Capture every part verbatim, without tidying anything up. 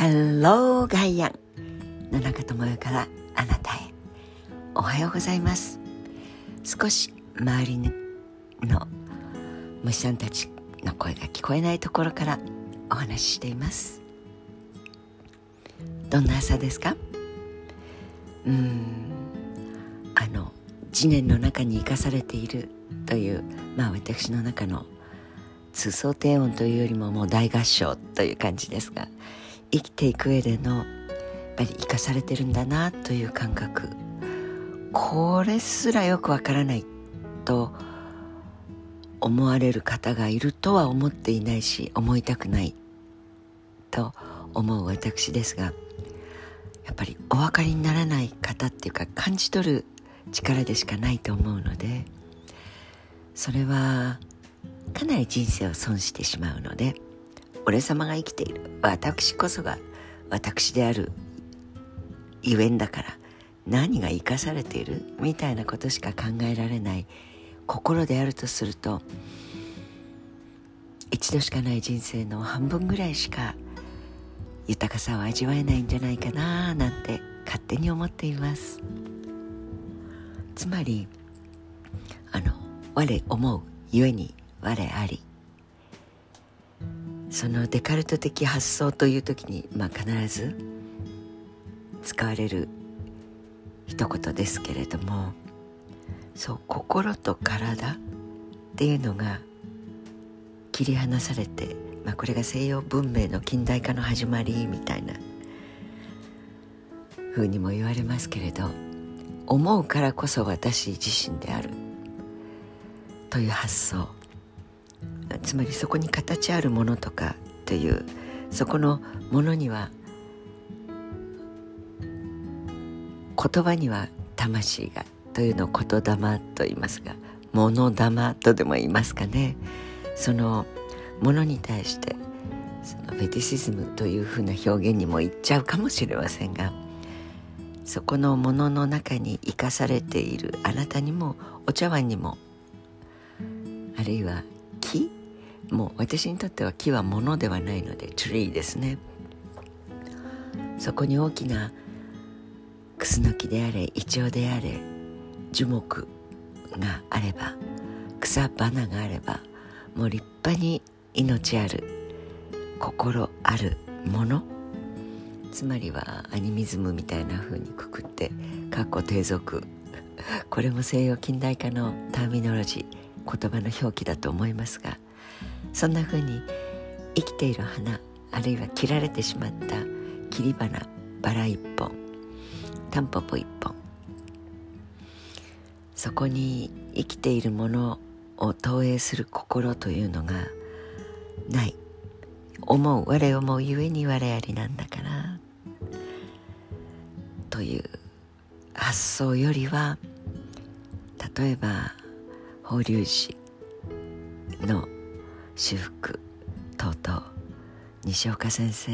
ハローガイアン、野中智代からあなたへ。おはようございます。少し周りの虫さんたちの声が聞こえないところからお話ししています。どんな朝ですか？うーんあの次元の中に生かされているという、まあ私の中の通奏低音というよりももう大合唱という感じですが、生きていく上でのやっぱり生かされてるんだなという感覚、これすらよくわからないと思われる方がいるとは思っていないし、思いたくないと思う私ですが、やっぱりお分かりにならない方っていうか、感じ取る力でしかないと思うので、それはかなり人生を損してしまうので、俺様が生きている、私こそが私であるゆえんだから、何が生かされているみたいなことしか考えられない心であるとすると、一度しかない人生の半分ぐらいしか豊かさを味わえないんじゃないかななんて勝手に思っています。つまりあの我思うゆえに我あり、そのデカルト的発想という時に、まあ、必ず使われる一言ですけれども、そう心と体っていうのが切り離されて、まあ、これが西洋文明の近代化の始まりみたいな風にも言われますけれど、思うからこそ私自身であるという発想、つまりそこに形あるものとかという、そこのものには、言葉には魂がというのを言霊と言いますが、物霊とでも言いますかね。そのものに対してそのフェティシズムというふうな表現にも言っちゃうかもしれませんが、そこのものの中に生かされているあなたにも、お茶碗にも、あるいは木もう私にとっては木は物ではないのでツリーですね。そこに大きなクスノキであれ、イチョウであれ、樹木があれば、草花があれば、もう立派に命ある心あるもの、つまりはアニミズムみたいな風にくくってかっこ低俗、これも西洋近代化のターミノロジー、言葉の表記だと思いますが、そんな風に生きている花、あるいは切られてしまった切り花、バラ一本、タンポポ一本、そこに生きているものを投影する心というのがない。思う我思うゆえに我ありなんだからという発想よりは、例えば法隆寺の修復等々、西岡先生、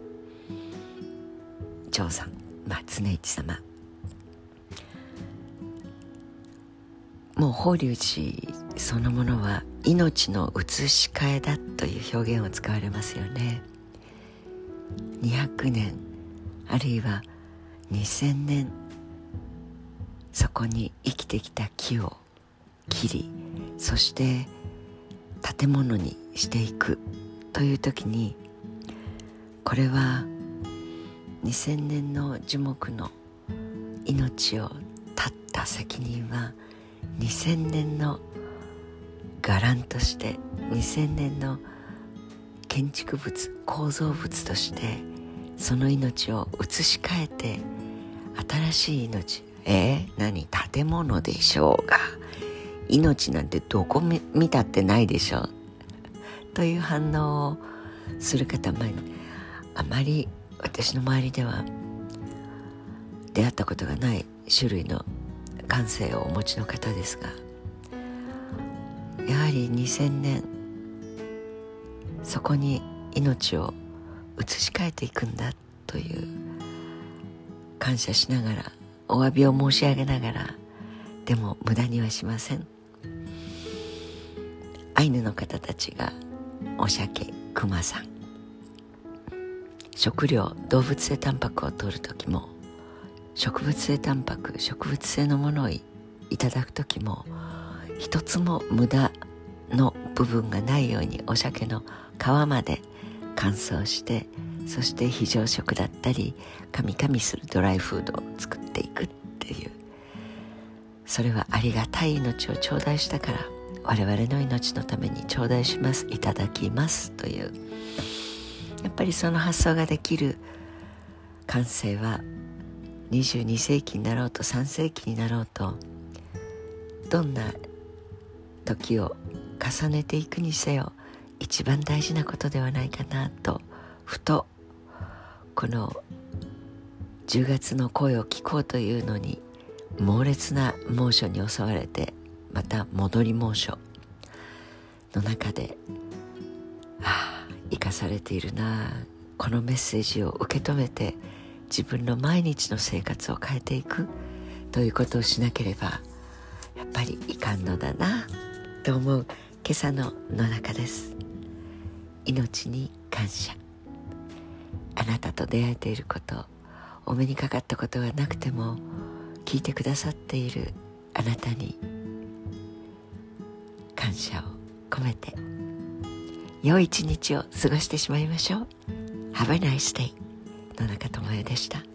長さん、まあ、常一様、もう法隆寺そのものは命の移し替えだという表現を使われますよね。にひゃくねんあるいはにせんねん、そこに生きてきた木を切り、そして建物にしていくという時に、これはにせんねんの樹木の命を絶った責任はにせんねんの伽藍として、にせんねんの建築物、構造物としてその命を移し替えて、新しい命、えー、何建物でしょうが、命なんてどこ見たってないでしょうという反応をする方、まあ、あまり私の周りでは出会ったことがない種類の感性をお持ちの方ですが、やはりにせんねんそこに命を移し替えていくんだという感謝しながら、お詫びを申し上げながら、でも無駄にはしません。アイヌの方たちがおしゃけ、クマさん、 食料、動物性タンパクを摂る時も、植物性タンパク、植物性のものを い, いただく時も、一つも無駄の部分がないようにお鮭の皮まで乾燥して、そして非常食だったりカミカミするドライフードを作っていくっていう、それはありがたい命を頂戴したから、我々の命のために頂戴します、いただきますという、やっぱりその発想ができる感性はにじゅうに世紀になろうとさん世紀になろうと、どんな時を重ねていくにせよ一番大事なことではないかなと、ふとこのじゅうがつの声を聞こうというのに猛烈な猛暑に襲われて、また戻り猛暑の中で、はあ、生かされているな、このメッセージを受け止めて自分の毎日の生活を変えていくということをしなければやっぱりいかんのだなと思う今朝の野中です。命に感謝。あなたと出会えていること、お目にかかったことがなくても聞いてくださっているあなたに感謝を込めて良い一日を過ごしてしまいましょう。 Have a nice day。 野中智恵でした。